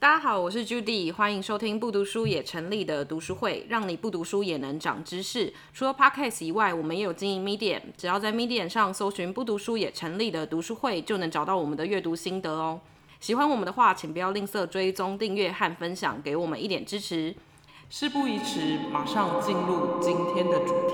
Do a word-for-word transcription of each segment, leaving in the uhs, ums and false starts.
大家好，我是 Judy， 欢迎收听不读书也成立的读书会，让你不读书也能长知识。除了 Podcast 以外，我们也有经营 Medium， 只要在 Medium 上搜寻不读书也成立的读书会，就能找到我们的阅读心得哦。喜欢我们的话，请不要吝啬追踪、订阅和分享，给我们一点支持。事不宜迟，马上进入今天的主题。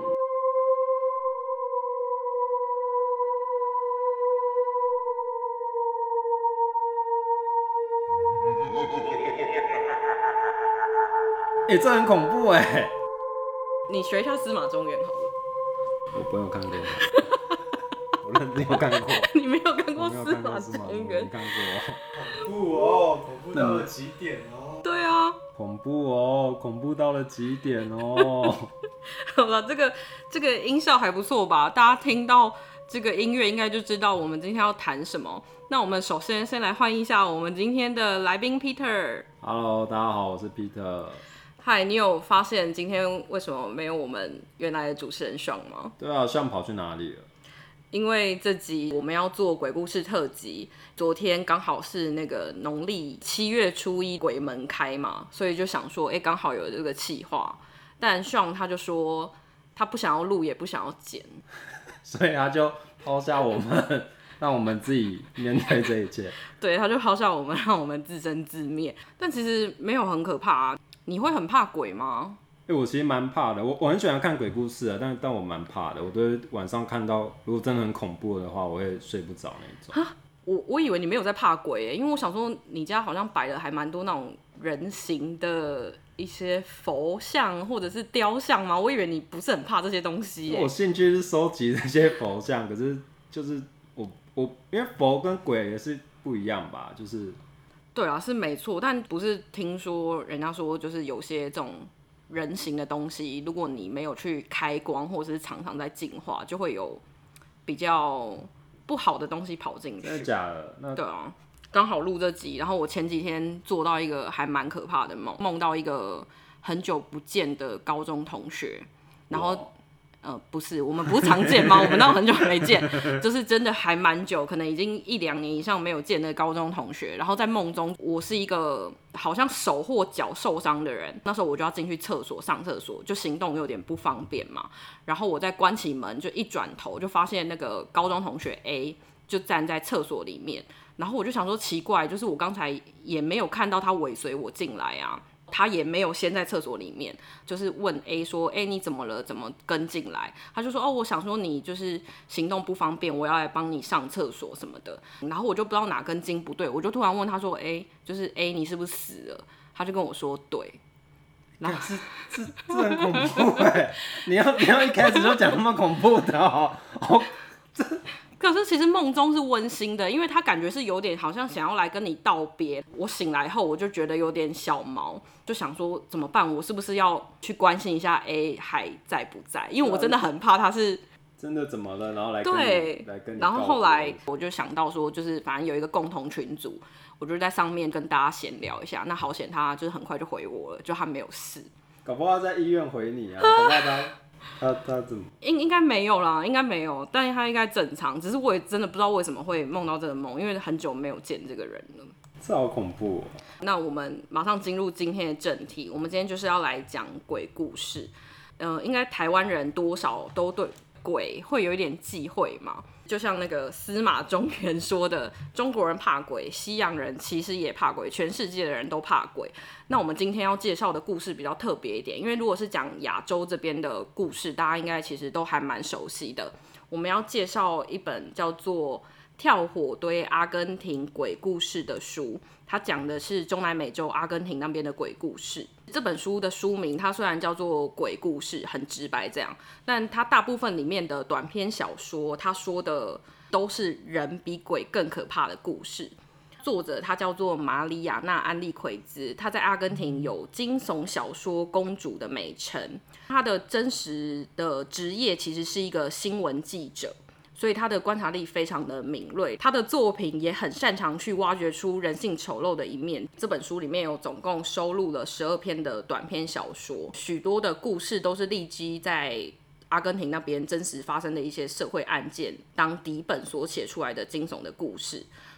哎、欸，这很恐怖哎、欸！ 你学一下司马中原好了。 我没有看过，我认真有看过。 你没有看过司马中原？ 没看过。 恐怖哦，恐怖到了极点哦。 对啊， 恐怖哦，恐怖到了极点哦。 好了，这个这个音效还不错吧？大家听到这个音乐，应该就知道我们今天要谈什么。那我们首先先来欢迎一下我们今天的来宾 Peter。Hello， 大家好，我是 Peter。 嗨，你有发现今天为什么没有我们原来的主持人 Sean 吗？ 对啊，Sean跑去哪里了？ 因为这集我们要做鬼故事特辑，昨天刚好是那个农历七月初一鬼门开嘛，所以就想说，哎、欸，刚好有这个企划。但 Sean 他就说他不想要录，也不想要剪， 所以他就抛下我们，让我们自己面对这一切。 对，他就抛下我们，让我们自生自灭。但其实没有很可怕啊。你会很怕鬼吗？ 欸、我其实蛮怕的，我我很喜欢看鬼故事的，但但我蛮怕的。我都会晚上看到，如果真的很恐怖的话，我会睡不着那一种。 哈，我我以为你没有在怕鬼耶，因为我想说你家好像摆了还蛮多那种人形的一些佛像或者是雕像嘛，我以为你不是很怕这些东西耶。 我兴趣是收集这些佛像，可是就是我我因为佛跟鬼也是不一样吧，就是。 对啊，是没错，但不是听说人家说就是有些这种人形的东西，如果你没有去开光或者是常常在净化，就会有比较不好的东西跑进去。 真的假的？那对啊，刚好录这集，然后我前几天做到一个还蛮可怕的梦，梦到一个很久不见的高中同学，然后。呃，不是，我们不是常见吗？我们那很久没见，就是真的还蛮久，可能已经一两年以上没有见的高中同学。然后在梦中，我是一个好像手或脚受伤的人，那时候我就要进去厕所上厕所，就行动有点不方便嘛。然后我在关起门，就一转头就发现那个高中同学 A 就站在厕所里面，然后我就想说奇怪，就是我刚才也没有看到他尾随我进来啊。他也没有先在厕所里面，就是问 A 说：“哎、欸，你怎么了？怎么跟进来？”他就说：“哦，我想说你就是行动不方便，我要来帮你上厕所什么的。”然后我就不知道哪根筋不对，我就突然问他说：“哎、欸，就是 A， 你是不是死了？”他就跟我说：“对。” 然后这这这很恐怖哎！你要你要一开始就讲那么恐怖的哦，哦这。 可是其实梦中是温馨的，因为他感觉是有点好像想要来跟你道别。我醒来后我就觉得有点小毛，就想说怎么办？我是不是要去关心一下 A 还在不在？因为我真的很怕他是真的怎么了，然后来跟你对， 来跟你。 然后后来我就想到说，就是反正有一个共同群组，我就在上面跟大家闲聊一下。那好险，他就是很快就回我了，就他没有事。 搞不好在医院回你啊，搞不好他。他他怎么？ 应应该没有啦，应该没有，但他应该正常。只是我也真的不知道为什么会梦到这个梦，因为很久没有见这个人了。 这好恐怖哦！ 那我们马上进入今天的正题，我们今天就是要来讲鬼故事。呃，应该台湾人多少都对鬼会有一点忌讳嘛。就像那个司马中原说的，中国人怕鬼，西洋人其实也怕鬼，全世界的人都怕鬼。那我们今天要介绍的故事比较特别一点，因为如果是讲亚洲这边的故事，大家应该其实都还蛮熟悉的。我们要介绍一本叫做《跳火堆阿根廷鬼故事》的书，它讲的是中南美洲阿根廷那边的鬼故事。这本书的书名它虽然叫做鬼故事，很直白这样，但它大部分里面的短篇小说，它说的都是人比鬼更可怕的故事。作者他叫做马里亚纳·安利奎兹，他在阿根廷有惊悚小说公主的美称。他的真实的职业其实是一个新闻记者，所以他的观察力非常的敏锐，他的作品也很擅长去挖掘出人性丑陋的一面。这本书里面有总共收录了十二篇的短篇小说，许多的故事都是立基在阿根廷那边真实发生的一些社会案件当底本所写出来的惊悚的故事。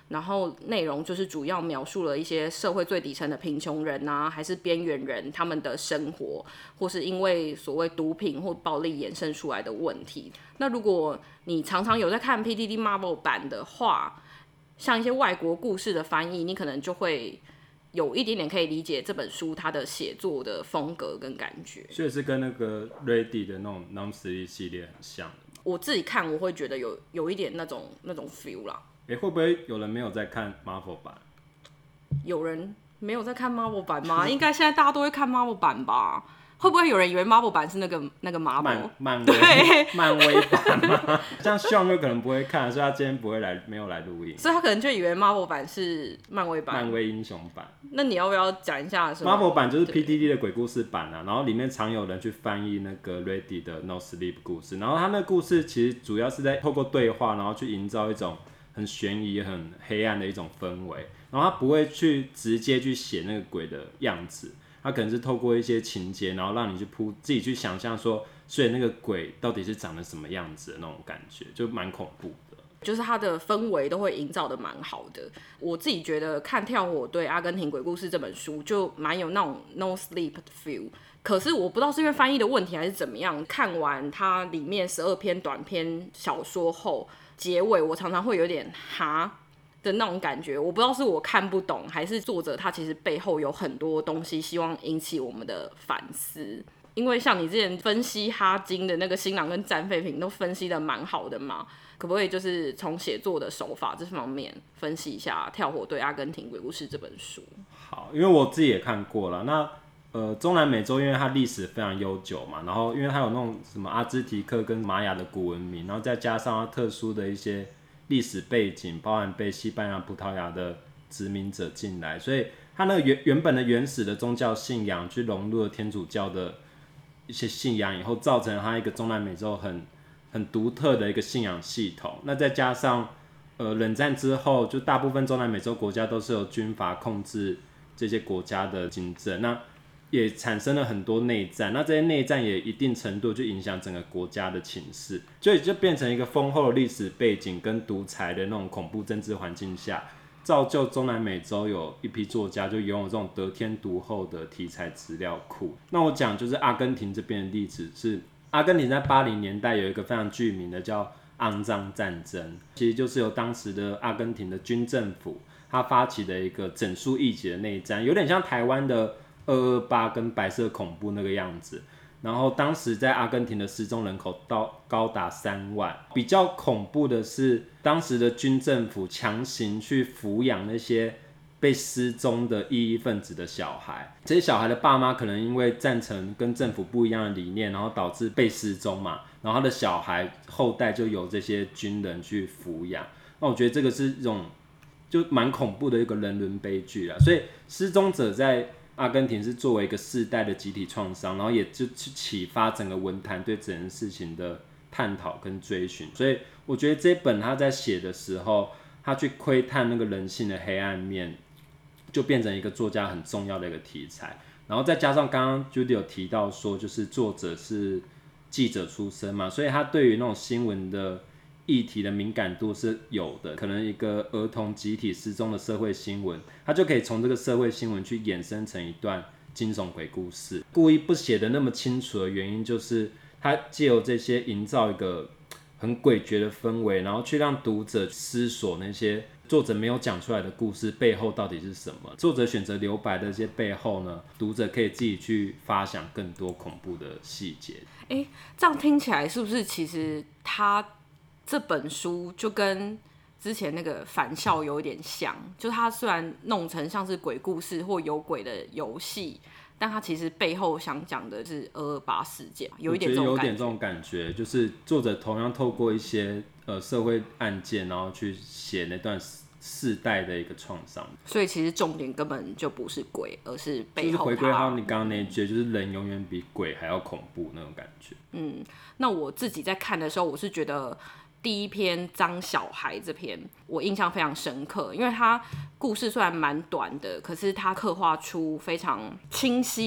然后内容就是主要描述了一些社会最底层的贫穷人啊，还是边缘人他们的生活，或是因为所谓毒品或暴力衍生出来的问题。那如果你常常有在看 P T T Marvel 版的话，像一些外国故事的翻译，你可能就会有一点点可以理解这本书它的写作的风格跟感觉。 所以是跟那个 Ready 的那种 non-sleep 系列很像的。 我自己看我会觉得有有一点那种那种 feel 啦。 哎、欸，会不会有人没有在看 Marvel 版？ 有人没有在看 Marvel 版吗？应该现在大家都会看 Marvel 版吧？会不会有人以为 Marvel 版是那个那个 Marvel 漫威漫威版吗？像 Sean 有可能不会看，所以他今天不会来，没有来录音， 所以他可能就以为 Marvel 版是漫威版。 漫威英雄版。 那你要不要讲一下什么 ？Marvel 版就是 P T T 的鬼故事版啊，然后里面常有人去翻译那个 Ready 的 No Sleep 故事，然后他那个故事其实主要是在透过对话，然后去营造一种很悬疑、很黑暗的一种氛围，然后他不会去直接去写那个鬼的样子。他可能是透过一些情节，然后让你去铺，自己去想象说，所以那个鬼到底是长得什么样子的那种感觉，就蛮恐怖的。 就是它的氛围都会营造的蛮好的。我自己觉得看《跳火队阿根廷鬼故事》这本书就蛮有那种 no sleep feel。可是我不知道是因为翻译的问题还是怎么样，看完它里面十二篇短篇小说后，结尾我常常会有点哈的那种感觉，我不知道是我看不懂，还是作者他其实背后有很多东西希望引起我们的反思。因为像你之前分析哈金的那个新郎跟战废品都分析的蛮好的嘛，可不可以就是从写作的手法这方面分析一下《跳火队阿根廷鬼故事》这本书？ 好，因为我自己也看过了。那呃，中南美洲因为它历史非常悠久嘛，然后因为它有那种什么阿兹提克跟玛雅的古文明，然后再加上它特殊的一些历史背景，包含被西班牙、葡萄牙的殖民者进来，所以它那个 原, 原本的原始的宗教信仰去融入了天主教的一些信仰以后，造成它一个中南美洲很很独特的一个信仰系统。那再加上呃冷战之后，就大部分中南美洲国家都是由军阀控制这些国家的行政，那也产生了很多内战，那这些内战也一定程度就影响整个国家的情势，所以就变成一个丰厚的历史背景跟独裁的那种恐怖政治环境下，造就中南美洲有一批作家就拥有这种得天独厚的题材资料库。那我讲就是阿根廷这边的例子是，阿根廷在八零年代有一个非常著名的叫肮脏战争，其实就是由当时的阿根廷的军政府他发起的一个整肃异己的内战，有点像台湾的二二八跟白色恐怖那个样子。然后当时在阿根廷的失踪人口到高达三万。比较恐怖的是，当时的军政府强行去抚养那些被失踪的异议分子的小孩，这些小孩的爸妈可能因为赞成跟政府不一样的理念，然后导致被失踪嘛，然后他的小孩后代就由这些军人去抚养。那我觉得这个是一种就蛮恐怖的一个人伦悲剧啦。所以失踪者在阿根廷是作为一个世代的集体创伤，然后也就去启发整个文坛对整件事情的探讨跟追寻。所以我觉得这本他在写的时候，他去窥探那个人性的黑暗面，就变成一个作家很重要的一个题材。然后再加上刚刚 Judy 有提到说，就是作者是记者出身嘛，所以他对于那种新闻的议题的敏感度是有的。可能一个儿童集体失踪的社会新闻，他就可以从这个社会新闻去衍生成一段惊悚鬼故事。故意不写的那么清楚的原因，就是他借由这些营造一个很诡谲的氛围，然后去让读者思索那些作者没有讲出来的故事背后到底是什么。作者选择留白的这些背后呢，读者可以自己去发想更多恐怖的细节。 哎，这样听起来是不是其实他这本书就跟之前那个返校有点像？就他虽然弄成像是鬼故事或有鬼的游戏，但他其实背后想讲的是二二八事件，有一点这种感觉。 我觉得有点这种感觉，就是作者同样透过一些呃社会案件，然后去写那段世代的一个创伤。 所以其实重点根本就不是鬼，而是背后它。 就是回归到你刚刚那一句，就是人永远比鬼还要恐怖那种感觉。 嗯，那我自己在看的时候，我是觉得第一篇脏小孩这篇我印象非常深刻，因为它故事虽然蛮短的，可是它刻画出非常清晰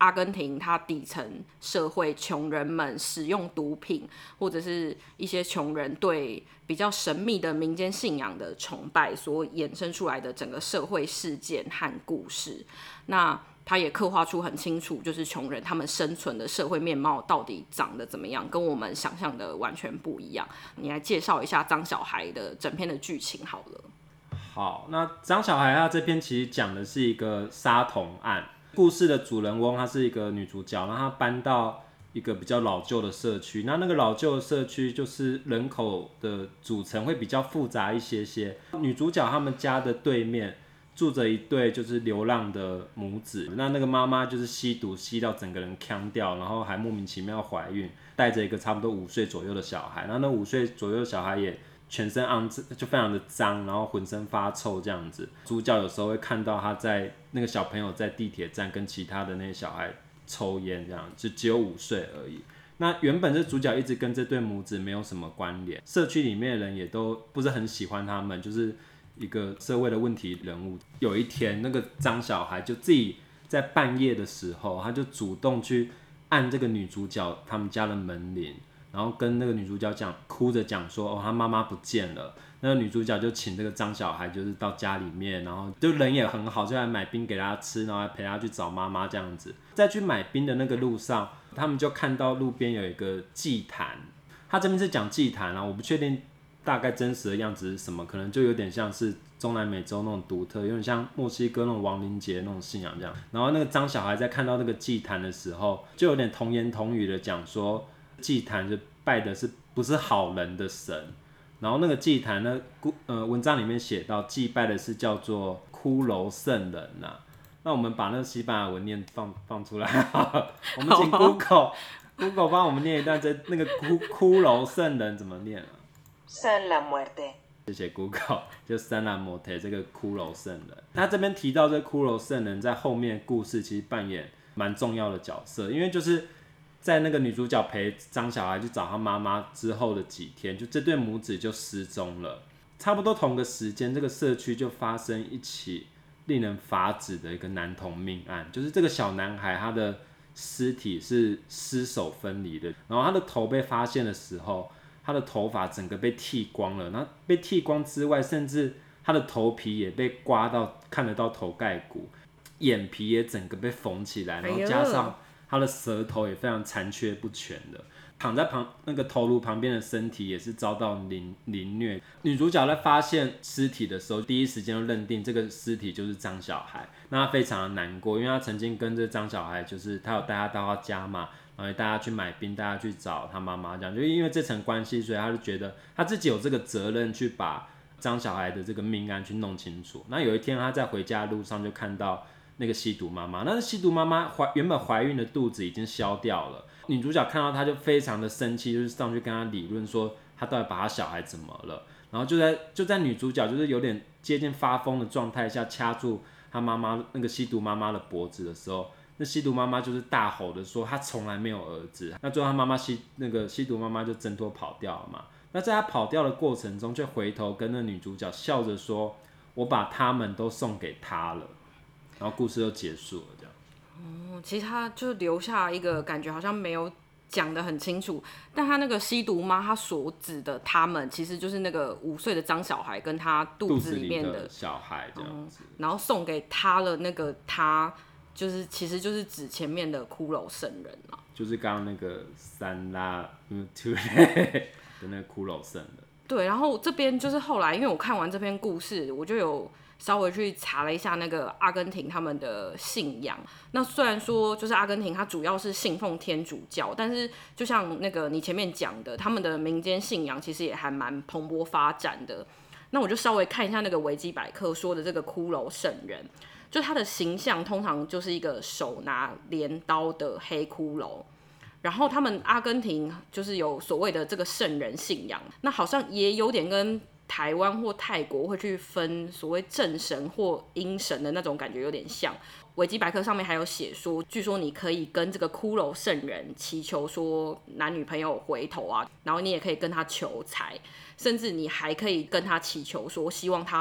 阿根廷它底层社会穷人们使用毒品，或者是一些穷人对比较神秘的民间信仰的崇拜所衍生出来的整个社会事件和故事。那他也刻画出很清楚，就是穷人他们生存的社会面貌到底长得怎么样，跟我们想象的完全不一样。你来介绍一下张小孩的整篇的剧情好了。 好，那张小孩他这篇其实讲的是一个杀童案，故事的主人翁她是一个女主角，然后她搬到一个比较老旧的社区，那那个老旧的社区就是人口的组成会比较复杂一些些。女主角他们家的对面住着一对就是流浪的母子，那那个妈妈就是吸毒吸到整个人呛掉，然后还莫名其妙怀孕，带着一个差不多五岁左右的小孩，然后那五岁左右的小孩也全身肮就非常的脏，然后浑身发臭这样子。主角有时候会看到他在那个小朋友在地铁站跟其他的那些小孩抽烟，这样就只有五岁而已。那原本这主角一直跟这对母子没有什么关联，社区里面的人也都不是很喜欢他们，就是一个社会的问题人物。有一天，那个张小孩就自己在半夜的时候，他就主动去按这个女主角他们家的门铃，然后跟那个女主角讲，哭着讲说，哦，他妈妈不见了。那个女主角就请这个张小孩就是到家里面，然后就人也很好，就来买冰给他吃，然后还陪他去找妈妈这样子。在去买冰的那个路上，他们就看到路边有一个祭坛。他这边是讲祭坛啊，我不确定大概真实的样子是什么，可能就有点像是中南美洲那种独特，有点像墨西哥那种亡灵节那种信仰这样。然后那个张小孩在看到那个祭坛的时候，就有点童言童语的讲说，祭坛就拜的是不是好人的神。然后那个祭坛呢，呃，文章里面写到祭拜的是叫做骷髅圣人呐、啊。那我们把那个西班牙文念放放出来，我们请 Google Google 帮我们念一段这那个骷骷髅圣人怎么念啊 San la muerte。 谢谢 Google， 就 San la muerte 这个骷髅圣人。他这边提到这骷髅圣人在后面故事其实扮演蛮重要的角色，因为就是在那个女主角陪张小孩去找她妈妈之后的几天，就这对母子就失踪了。差不多同个时间，这个社区就发生一起令人发指的一个男童命案，就是这个小男孩他的尸体是尸首分离的，然后他的头被发现的时候，他的头发整个被剃光了，然后被剃光之外，甚至他的头皮也被刮到看得到头盖骨，眼皮也整个被缝起来，然后加上他的舌头也非常残缺不全的，躺在旁那个头颅旁边的身体也是遭到凌凌虐。女主角在发现尸体的时候，第一时间就认定这个尸体就是张小孩，那她非常的难过，因为她曾经跟这张小孩，就是她有带他到他家嘛，然后也带他去买冰，带他去找他妈妈，这样就因为这层关系，所以她就觉得她自己有这个责任去把张小孩的这个命案去弄清楚。那有一天她在回家的路上就看到那个吸毒妈妈，那吸毒妈妈原本怀孕的肚子已经消掉了，女主角看到她就非常的生气，就是上去跟她理论说她到底把她小孩怎么了，然后就在就在女主角就是有点接近发疯的状态下掐住她妈妈那个吸毒妈妈的脖子的时候，那吸毒妈妈就是大吼的说她从来没有儿子。那最后她妈妈吸那个吸毒妈妈就挣脱跑掉了嘛。那在她跑掉的过程中，就回头跟那女主角笑着说：“我把他们都送给她了。”然后故事就结束了，这样。 哦，其实他就留下一个感觉，好像没有讲得很清楚。但他那个吸毒妈，他所指的他们，其实就是那个五岁的张小孩跟他肚子里面 的, 肚子里的小孩这样子、 嗯。然后送给他了那个他，就是其实就是指前面的骷髅圣人啊。 就是刚刚那个三拉嗯 two 的那个骷髅圣人。 对，然后这边就是后来，因为我看完这篇故事，我就有稍微去查了一下那个阿根廷他们的信仰。那虽然说就是阿根廷它主要是信奉天主教，但是就像那个你前面讲的，他们的民间信仰其实也还蛮蓬勃发展的。那我就稍微看一下那个维基百科说的这个骷髅圣人，就他的形象通常就是一个手拿镰刀的黑骷髅。然后他们阿根廷就是有所谓的这个圣人信仰，那好像也有点跟台湾或泰国会去分所谓正神或阴神的那种感觉有点像。维基百科上面还有写说，据说你可以跟这个骷髅圣人祈求说男女朋友回头啊，然后你也可以跟他求财，甚至你还可以跟他祈求说希望他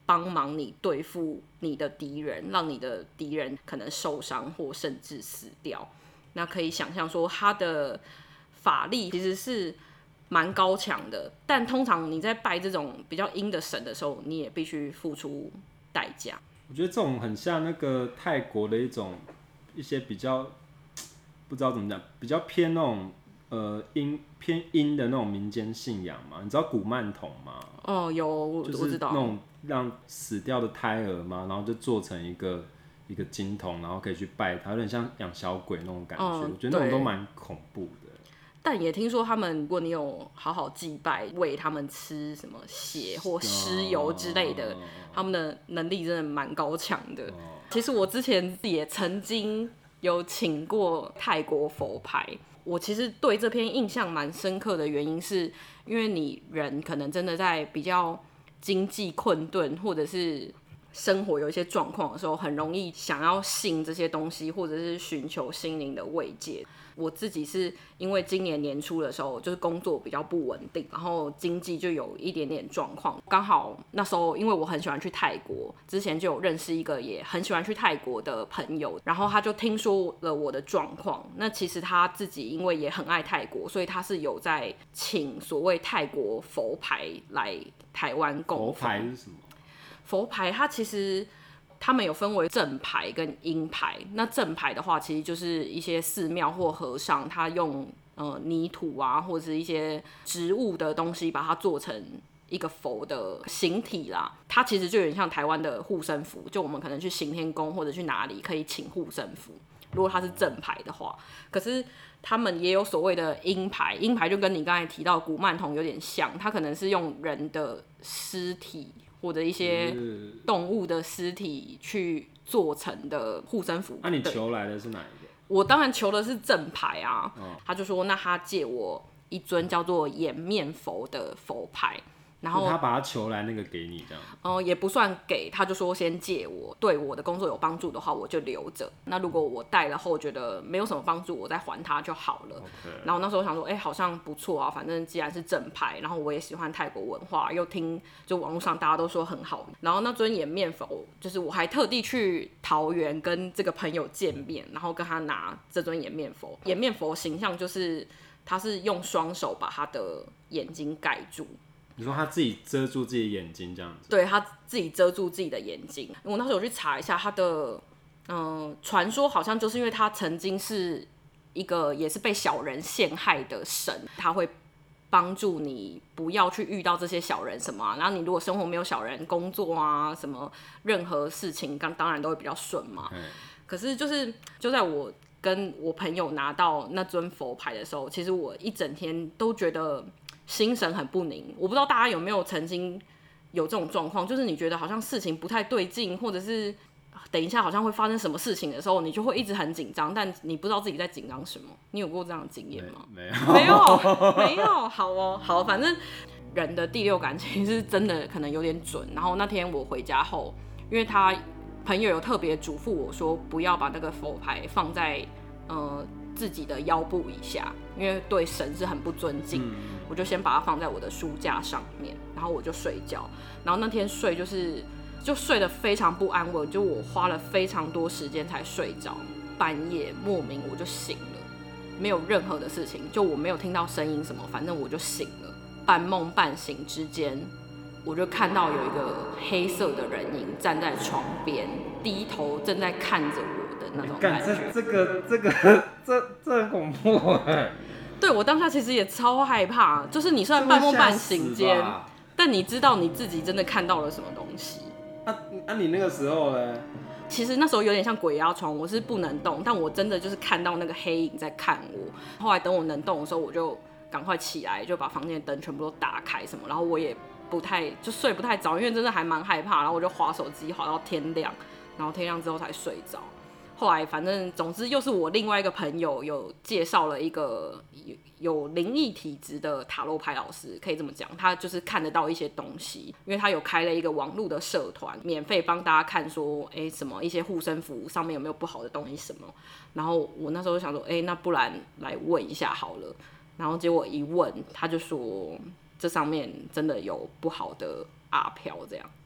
帮忙你对付你的敌人，让你的敌人可能受伤或甚至死掉。那可以想象说，他的法力其实是蛮高强的，但通常你在拜这种比较阴的神的时候，你也必须付出代价。 我觉得这种很像那个泰国的一种一些比较不知道怎么讲，比较偏那种呃阴偏阴的那种民间信仰嘛。你知道古曼童吗？ 哦，有，我就是我知道那种让死掉的胎儿嘛，然后就做成一个一个金童，然后可以去拜它，有点像养小鬼那种感觉。 嗯、 我觉得那种都蛮恐怖的。 但也听说他们，如果你有好好祭拜，喂他们吃什么血或尸油之类的，哦、他们的能力真的蛮高强的。哦、其实我之前也曾经有请过泰国佛牌，我其实对这篇印象蛮深刻的原因是，因为你人可能真的在比较经济困顿，或者是生活有一些状况的时候，很容易想要信这些东西，或者是寻求心灵的慰藉。我自己是因为今年年初的时候，就是工作比较不稳定，然后经济就有一点点状况。刚好那时候，因为我很喜欢去泰国，之前就有认识一个也很喜欢去泰国的朋友，然后他就听说了我的状况。那其实他自己因为也很爱泰国，所以他是有在请所谓泰国佛牌来台湾供奉。 佛牌是什么？ 佛牌它其实他们有分为正牌跟阴牌。那正牌的话，其实就是一些寺庙或和尚，他用呃泥土啊，或者是一些植物的东西，把它做成一个佛的形体啦。它其实就有点像台湾的护身符，就我们可能去行天宫或者去哪里可以请护身符，如果它是正牌的话。可是他们也有所谓的阴牌，阴牌就跟你刚才提到古曼童有点像，它可能是用人的尸体或者一些动物的尸体去做成的护身符。 那、啊、你求来的是哪一个？ 我当然求的是正牌啊。 哦、 他就说，那他借我一尊叫做颜面佛的佛牌，然后他把他求来那个给你这样。 呃，也不算给，他就说先借我，对我的工作有帮助的话，我就留着。那如果我戴了后觉得没有什么帮助，我再还他就好了。Okay. 然后那时候想说，哎、欸，好像不错啊，反正既然是正牌，然后我也喜欢泰国文化，又听就网络上大家都说很好。然后那尊颜面佛，就是我还特地去桃园跟这个朋友见面，然后跟他拿这尊颜面佛。颜面佛形象就是他是用双手把他的眼睛盖住。 你说他自己遮住自己的眼睛这样子？ 对，他自己遮住自己的眼睛。我那时候有去查一下他的，嗯、呃，传说好像就是因为他曾经是一个也是被小人陷害的神，他会帮助你不要去遇到这些小人什么、啊，然后你如果生活没有小人，工作啊什么任何事情，当当然都会比较顺嘛。嗯、可是就是就在我跟我朋友拿到那尊佛牌的时候，其实我一整天都觉得心神很不宁。我不知道大家有没有曾经有这种状况，就是你觉得好像事情不太对劲，或者是等一下好像会发生什么事情的时候，你就会一直很紧张，但你不知道自己在紧张什么。你有过这样的经验吗？ 没有， 没有，没有。好哦，好，反正人的第六感其实真的可能有点准。然后那天我回家后，因为他朋友有特别嘱咐我说，不要把那个佛牌放在呃自己的腰部以下，因为对神是很不尊敬。嗯、我就先把它放在我的书架上面，然后我就睡觉。然后那天睡就是就睡得非常不安稳，就我花了非常多时间才睡着，半夜莫名我就醒了，没有任何的事情，就我没有听到声音什么，反正我就醒了。半梦半醒之间，我就看到有一个黑色的人影站在床边，低头正在看着我的那种感觉。 这这个这个这这很恐怖哎！ 对，我当下其实也超害怕，就是你虽然半梦半醒间，但你知道你自己真的看到了什么东西。 那、啊啊、你那个时候呢？ 其实那时候有点像鬼压床，我是不能动，但我真的就是看到那个黑影在看我。后来等我能动的时候，我就赶快起来，就把房间的灯全部都打开什么，然后我也不太就睡不太着，因为真的还蛮害怕，然后我就滑手机滑到天亮，然后天亮之后才睡着。后来反正总之又是我另外一个朋友有介绍了一个有有灵异体质的塔罗牌老师，可以这么讲，他就是看得到一些东西，因为他有开了一个网络的社团，免费帮大家看说，哎、欸，什么一些护身符上面有没有不好的东西什么。然后我那时候就想说，哎、欸，那不然来问一下好了。然后结果一问，他就说这上面真的有不好的阿飘这样。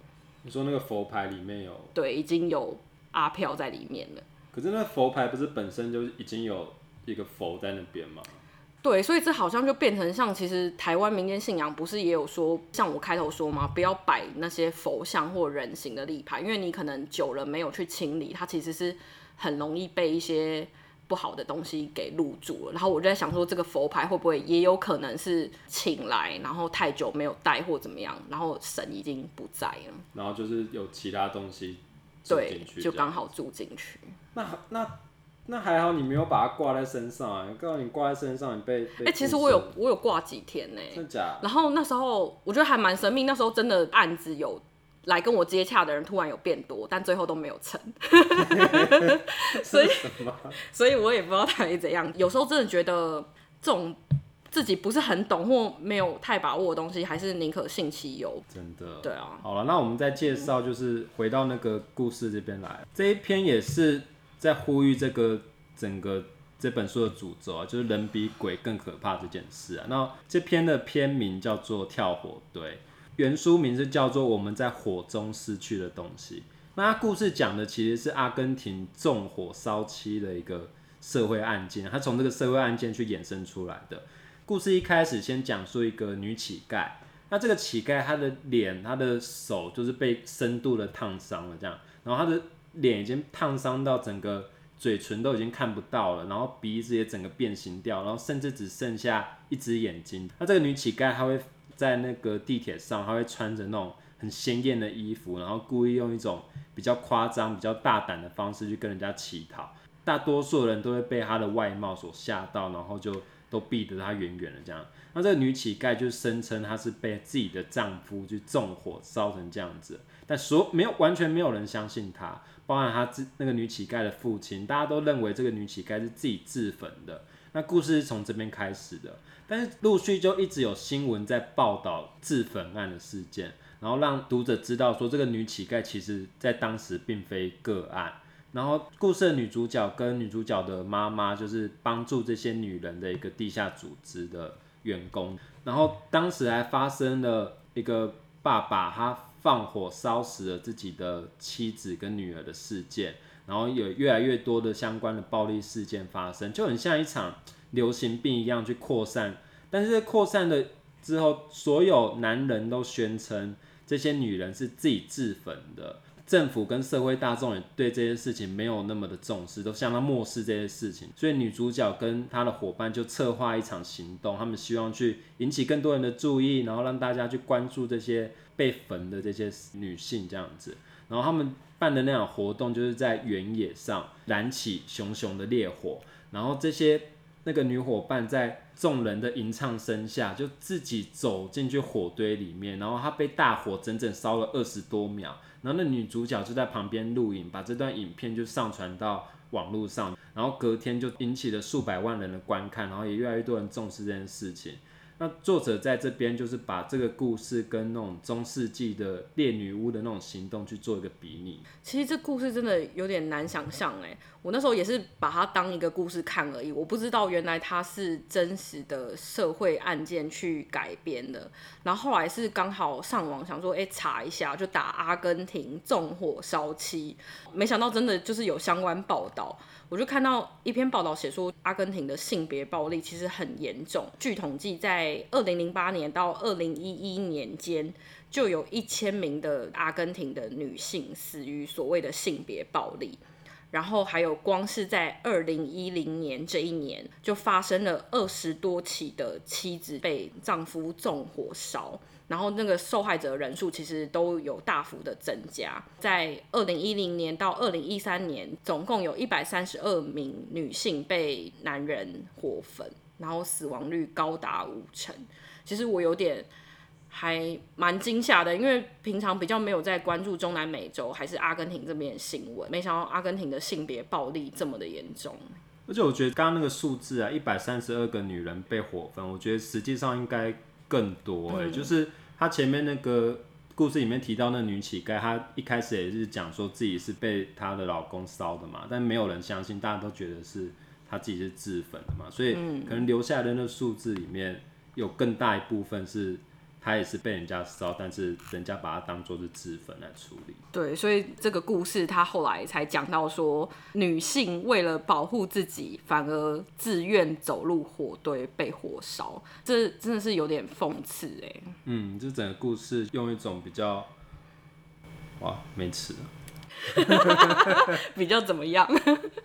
你说那个佛牌里面有？ 对，已经有阿飘在里面了。 可是那佛牌不是本身就已经有一个佛在那边吗？ 对，所以这好像就变成像，其实台湾民间信仰不是也有说，像我开头说嘛，不要摆那些佛像或人形的立牌，因为你可能久了没有去清理，它其实是很容易被一些不好的东西给入住了。然后我就在想说，这个佛牌会不会也有可能是请来，然后太久没有带或怎么样，然后神已经不在了， 然后就是有其他东西住进去， 对，就刚好住进去。 那那。那还好，你没有把它挂在身上啊！告诉你挂在身上，你被被。 哎、欸，其实我有我有挂几天呢、欸， 真的假的？ 然后那时候我觉得还蛮神秘，那时候真的案子有来跟我接洽的人突然有变多，但最后都没有成。所以所以我也不知道他是怎样。有时候真的觉得这种自己不是很懂或没有太把握的东西，还是宁可信其有。 真的。 对啊。 好了，那我们再介绍，就是回到那个故事这边来，这一篇也是在呼吁这个整个这本书的主轴啊，就是人比鬼更可怕这件事啊。那这篇的篇名叫做《跳火堆》，原书名是叫做《我们在火中失去的东西》。那它故事讲的其实是阿根廷纵火烧妻的一个社会案件，它从这个社会案件去衍生出来的。故事一开始先讲述一个女乞丐，那这个乞丐她的脸、她的手就是被深度的烫伤了，这样，然后她的脸已经烫伤到整个嘴唇都已经看不到了，然后鼻子也整个变形掉，然后甚至只剩下一只眼睛。那这个女乞丐她会在那个地铁上，她会穿着那种很鲜艳的衣服，然后故意用一种比较夸张、比较大胆的方式去跟人家乞讨。大多数人都会被她的外貌所吓到，然后就都避得她远远的这样。那这个女乞丐就声称她是被自己的丈夫去纵火烧成这样子，但所没有完全没有人相信她。包含她那个女乞丐的父亲，大家都认为这个女乞丐是自己自焚的。那故事是从这边开始的，但是陆续就一直有新闻在报道自焚案的事件，然后让读者知道说这个女乞丐其实在当时并非个案。然后故事的女主角跟女主角的妈妈就是帮助这些女人的一个地下组织的员工。然后当时还发生了一个爸爸他放火烧死了自己的妻子跟女儿的事件，然后有越来越多的相关的暴力事件发生，就很像一场流行病一样去扩散。但是扩散了之后，所有男人都宣称这些女人是自己自焚的，政府跟社会大众也对这些事情没有那么的重视，都相当漠视这些事情。所以女主角跟她的伙伴就策划一场行动，他们希望去引起更多人的注意，然后让大家去关注这些被焚的这些女性这样子。然后他们办的那场活动就是在原野上燃起熊熊的烈火，然后这些那个女伙伴在众人的吟唱声下，就自己走进去火堆里面，然后她被大火整整烧了二十多秒，然后那女主角就在旁边录影，把这段影片就上传到网络上，然后隔天就引起了数百万人的观看，然后也越来越多人重视这件事情。那作者在这边就是把这个故事跟那种中世纪的猎女巫的那种行动去做一个比拟。 其实这故事真的有点难想象哎，我那时候也是把它当一个故事看而已，我不知道原来它是真实的社会案件去改编的。然后后来是刚好上网想说，哎、欸，查一下，就打阿根廷纵火烧妻，没想到真的就是有相关报道。我就看到一篇报道写说，阿根廷的性别暴力其实很严重。据统计，在二零零八年到二零一一年间，就有一千名的阿根廷的女性死于所谓的性别暴力。然后还有光是在二零一零年这一年，就发生了二十多起的妻子被丈夫纵火烧。然后那个受害者人数其实都有大幅的增加，在二零一零年到二零一三年，总共有一百三十二名女性被男人火焚，然后死亡率高达五成。其实我有点还蛮惊吓的，因为平常比较没有在关注中南美洲还是阿根廷这边的新闻，没想到阿根廷的性别暴力这么的严重。 而且我觉得刚刚那个数字啊，一百三十二个女人被火焚，我觉得实际上应该更多哎、欸嗯，就是他前面那个故事里面提到那女乞丐，她一开始也是讲说自己是被她的老公烧的嘛，但没有人相信，大家都觉得是她自己是自焚的嘛，所以可能留下来的那数字里面有更大一部分是他也是被人家烧，但是人家把它当作是自焚来处理。 对，所以这个故事他后来才讲到说，女性为了保护自己，反而自愿走入火堆被火烧，这真的是有点讽刺哎。 嗯，这整个故事用一种比较，哇，没词了。 比较怎么样？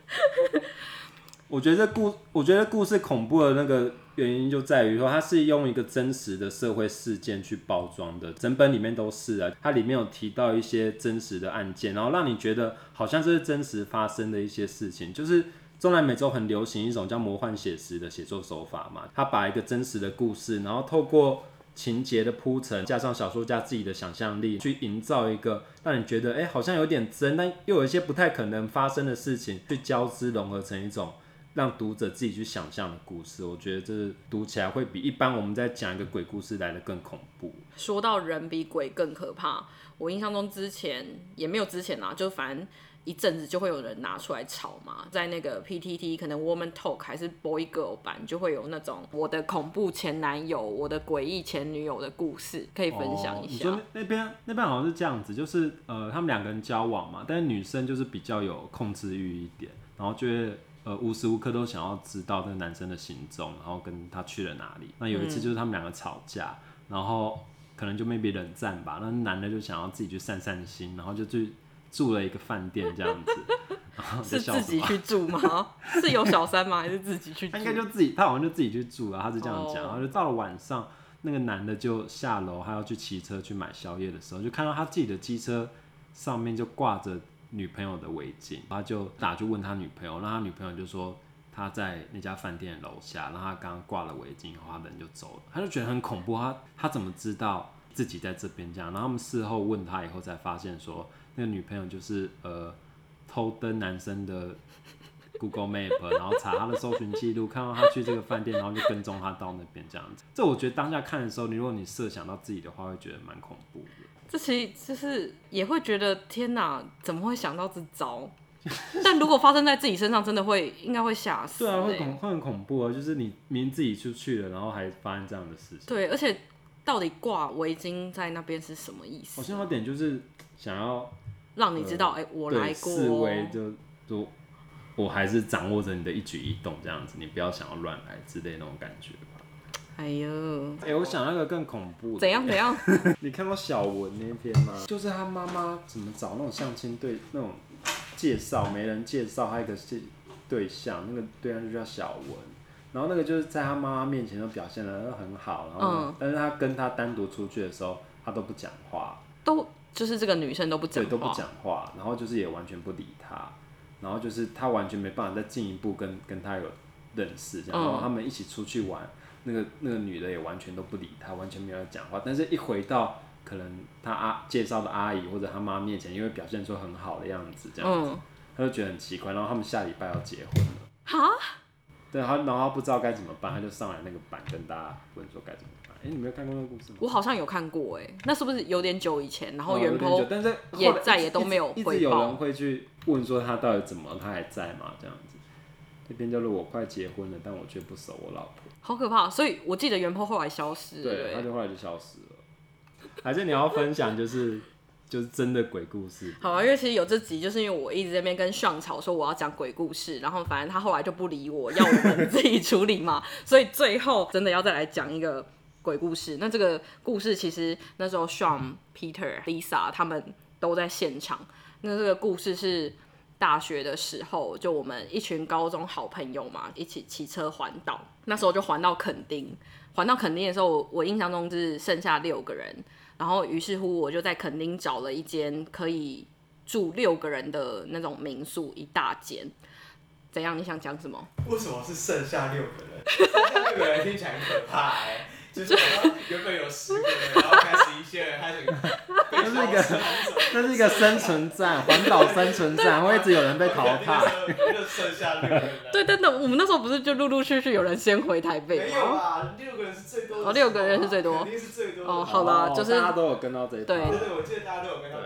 我觉得故，我觉得故事恐怖的那个原因就在于说，它是用一个真实的社会事件去包装的，整本里面都是啊。它里面有提到一些真实的案件，然后让你觉得好像这是真实发生的一些事情。就是中南美洲很流行一种叫魔幻写实的写作手法嘛，它把一个真实的故事，然后透过情节的铺陈，加上小说家自己的想象力，去营造一个让你觉得，哎、欸，好像有点真，但又有一些不太可能发生的事情，去交织融合成一种让读者自己去想象的故事。我觉得这读起来会比一般我们在讲一个鬼故事来得更恐怖。 说到人比鬼更可怕，我印象中之前也没有之前啦，就反正一阵子就会有人拿出来炒嘛，在那个 P T T 可能 Woman Talk 还是 Boy Girl 版，就会有那种我的恐怖前男友、我的诡异前女友的故事，可以分享一下。哦、 你说那边那边好像是这样子，就是呃他们两个人交往嘛，但是女生就是比较有控制欲一点，然后就会呃无时无刻都想要知道那个男生的行踪，然后跟他去了哪里。那有一次就是他们两个吵架，嗯、然后可能就 maybe 冷战吧，那男的就想要自己去散散心，然后就去住了一个饭店这样子。 是自己去住吗？是有小三吗？还是自己去住？ 他应该就自己，他好像就自己去住了，他是这样讲。 Oh. 然后就到了晚上，那个男的就下楼，他要去骑车去买宵夜的时候，就看到他自己的机车上面就挂着女朋友的围巾，他就打去问他女朋友，那他女朋友就说他在那家饭店楼下，然后他刚刚挂了围巾，然后他人就走了，他就觉得很恐怖，他他怎么知道自己在这边这样？然后他们事后问他以后才发现说，那个女朋友就是呃。偷登男生的 Google Map， 然后查他的搜寻记录，看到他去这个饭店，然后就跟踪他到那边这样子。这我觉得当下看的时候，你如果你设想到自己的话，会觉得蛮恐怖的。 这其实就是也会觉得天哪，怎么会想到这招？但如果发生在自己身上，真的会应该会吓死、欸。 对啊，会恐会很恐怖啊！就是你明明自己出去了，然后还发生这样的事情。 对，而且到底挂围巾在那边是什么意思？ 好像有点就是想要。 让你知道，哎、呃欸，我来过、哦。 示威就就我还是掌握着你的一举一动，这样子，你不要想要乱来之类那种感觉吧。 哎呦， 哎、欸，我想那个更恐怖的。 怎样怎样？ 你看过小文那篇吗？就是他妈妈怎么找那种相亲对那种介绍，没人介绍他一个对象，那个对象就叫小文。然后那个就是在他妈妈面前都表现得很好，然后、嗯、但是他跟他单独出去的时候，他都不讲话。 都。就是这个女生都不讲话， 对，都不讲话，然后就是也完全不理他，然后就是他完全没办法再进一步跟跟他有认识这样，然后他们一起出去玩，那个那个女的也完全都不理他，完全没有讲话，但是一回到可能他阿介绍的阿姨或者他妈面前，因为表现出很好的样子这样子，嗯、他就觉得很奇怪，然后他们下礼拜要结婚了，哈，对，他然后他不知道该怎么办，他就上来那个板跟大家问说该怎么办。哎、欸，你没有看过那个故事吗？ 我好像有看过，哎，那是不是有点久以前？然后原 po 但是也再也都没有回报。 一直有人会去问说他到底怎么，他还在吗？这样子。那边叫做我快结婚了，但我却不守我老婆。 好可怕！所以我记得原 po 后来消失了。 对，他就后来就消失了。还是你要分享就是就是真的鬼故事？ 好啊，因为其实有这集，就是因为我一直在那边跟上草说我要讲鬼故事，然后反正他后来就不理我，要我们自己处理嘛，所以最后真的要再来讲一个。鬼故事，那这个故事其实那时候 Sean、Peter、Lisa 他们都在现场。那这个故事是大学的时候，就我们一群高中好朋友嘛，一起骑车环岛。那时候就环到垦丁，环到垦丁的时候，我印象中就是剩下六个人。然后于是乎，我就在垦丁找了一间可以住六个人的那种民宿，一大间。怎样？你想讲什么？ 为什么是剩下六个人？剩下六个人听起来很可怕哎、欸。就是原本有十个人，然后开始一些人开始被消失， 这是一个生存战，环岛生存战，会一直有人被淘汰， 就剩下六个人。 对，真的，我们那时候不是就陆陆续续有人先回台北吗？ 没有啊，六个人是最多的。 哦，六个人是最多， 肯定是最多的。 哦，好了，就是大家都有跟到这一对对对，我记得大家都有跟到。 对啦。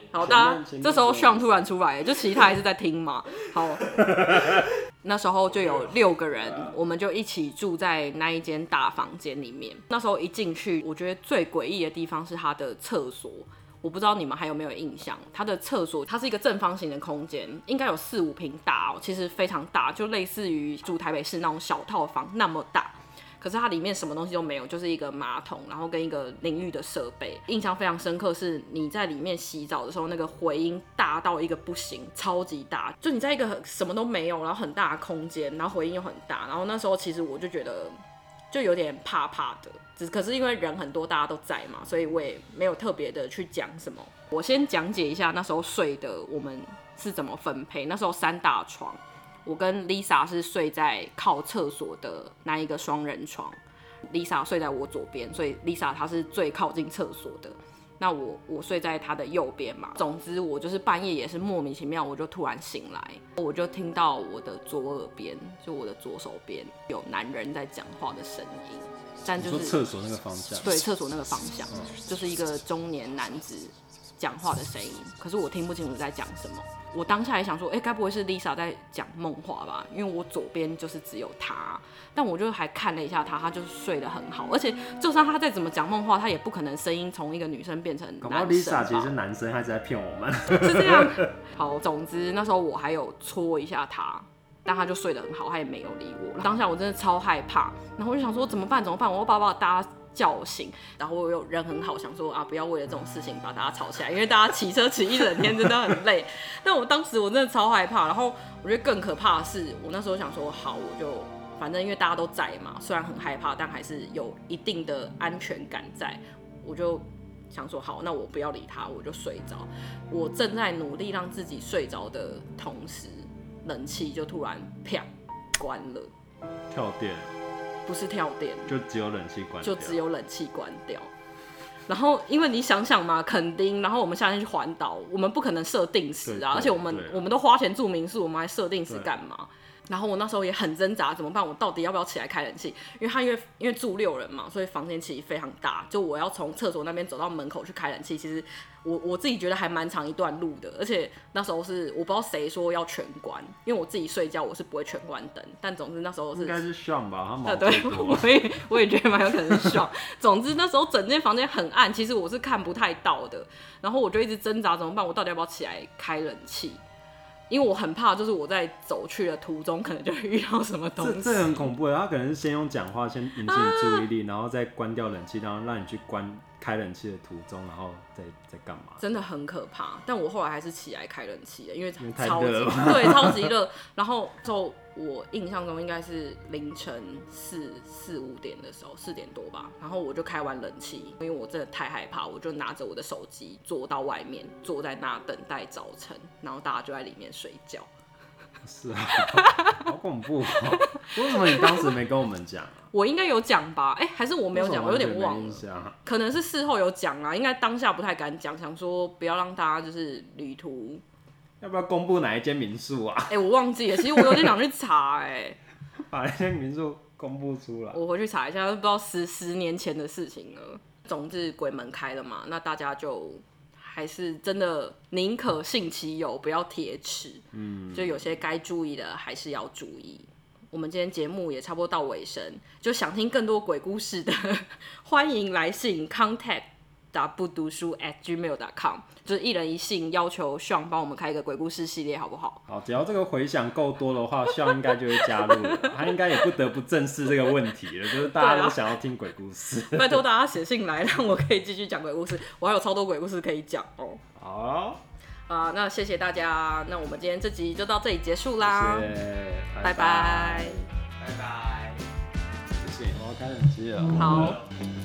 好，大家这时候Sean突然出来，就其实他还是在听嘛。好，那时候就有六个人，我们就一起住在那一间大房间里面。那时候一进去，我觉得最诡异的地方是它的厕所。我不知道你们还有没有印象，它的厕所它是一个正方形的空间，应该有四五坪大哦，其实非常大，就类似于住台北市那种小套房那么大。可是它里面什么东西都没有，就是一个马桶，然后跟一个淋浴的设备。印象非常深刻是你在里面洗澡的时候，那个回音大到一个不行，超级大。就你在一个什么都没有，然后很大的空间，然后回音又很大。然后那时候其实我就觉得就有点怕怕的，只可是因为人很多，大家都在嘛，所以我也没有特别的去讲什么。我先讲解一下那时候睡的我们是怎么分配。那时候三大床。我跟 Lisa 是睡在靠厕所的那一个双人床 ，Lisa 睡在我左边，所以 Lisa 她是最靠近厕所的。那我我睡在她的右边嘛。总之我就是半夜也是莫名其妙，我就突然醒来，我就听到我的左耳边，就我的左手边有男人在讲话的声音，但就是厕所那个方向， 对，厕所那个方向，嗯、就是一个中年男子讲话的声音，可是我听不清楚在讲什么。我当下也想说，哎、欸，该不会是 Lisa 在讲梦话吧？因为我左边就是只有他，但我就还看了一下他，他就是睡得很好，而且就算他再怎么讲梦话，他也不可能声音从一个女生变成男生吧。 搞不好 Lisa 其实是男生，他一直在骗我们。 是这样。好，总之那时候我还有戳一下他，但他就睡得很好，他也没有理我。当下我真的超害怕，然后我就想说怎么办？怎么办？我要把把大家叫醒，然后我有人很好，想说啊，不要为了这种事情把大家吵起来，因为大家骑车骑一整天真的很累。但我当时我真的超害怕，然后我觉得更可怕的是，我那时候想说，好，我就反正因为大家都在嘛，虽然很害怕，但还是有一定的安全感在，我就想说好，那我不要理他，我就睡着。我正在努力让自己睡着的同时，冷气就突然啪关了， 跳电。 不是跳电， 就只有冷气关掉， 就只有冷气关掉。然后，因为你想想嘛，垦丁，然后我们夏天去环岛，我们不可能设定时啊，而且我们我们都花钱住民宿，我们还设定时干嘛？然后我那时候也很挣扎，怎么办？我到底要不要起来开冷气？因为他因为因为住六人嘛，所以房间其实非常大，就我要从厕所那边走到门口去开冷气，其实我我自己觉得还蛮长一段路的。而且那时候是我不知道谁说要全关，因为我自己睡觉我是不会全关灯，但总之那时候是应该是 Sean 吧，他毛对，我也我也觉得蛮有可能是 Sean。总之那时候整间房间很暗，其实我是看不太到的，然后我就一直挣扎怎么办？我到底要不要起来开冷气？因为我很怕，就是我在走去的途中，可能就会遇到什么东西。 这这很恐怖的，他可能是先用讲话先引起你注意力，啊、然后再关掉冷气，然后让你去关开冷气的途中，然后再再干嘛？ 真的很可怕。但我后来还是起来开冷气的，因为因为超级对，超级热。然后就我印象中应该是凌晨四四五点的时候，四点多吧。然后我就开完冷气，因为我真的太害怕，我就拿着我的手机坐到外面，坐在那等待早晨，然后大家就在里面睡觉。 是啊，好恐怖、喔！为什么你当时没跟我们讲啊？ 我应该有讲吧？哎、欸，还是我没有讲？我有点忘了。可能是事后有讲啊，应该当下不太敢讲，想说不要让大家就是旅途。 要不要公布哪一间民宿啊？ 哎、欸，我忘记了，其实我有点想去查、欸，哎， 把那间民宿公布出来。 我回去查一下，不知道十十年前的事情了。总之鬼门开了嘛，那大家就。还是真的宁可信其有，不要铁齿。嗯，就有些该注意的还是要注意。我们今天节目也差不多到尾声，就想听更多鬼故事的，欢迎来信 contact 打不读书 at gmail dot com， 就是一人一信，要求 Sean 帮我们开一个鬼故事系列，好不好？ 好，只要这个回响够多的话，Sean 应该就会加入了。他应该也不得不正视这个问题了，就是大家都想要听鬼故事。 拜托大家写信来，让我可以继续讲鬼故事。我还有超多鬼故事可以讲哦。 好啊，那谢谢大家，那我们今天这集就到这里结束啦， 谢谢， 拜拜， 拜拜。 不行，我要开冷气了。 好。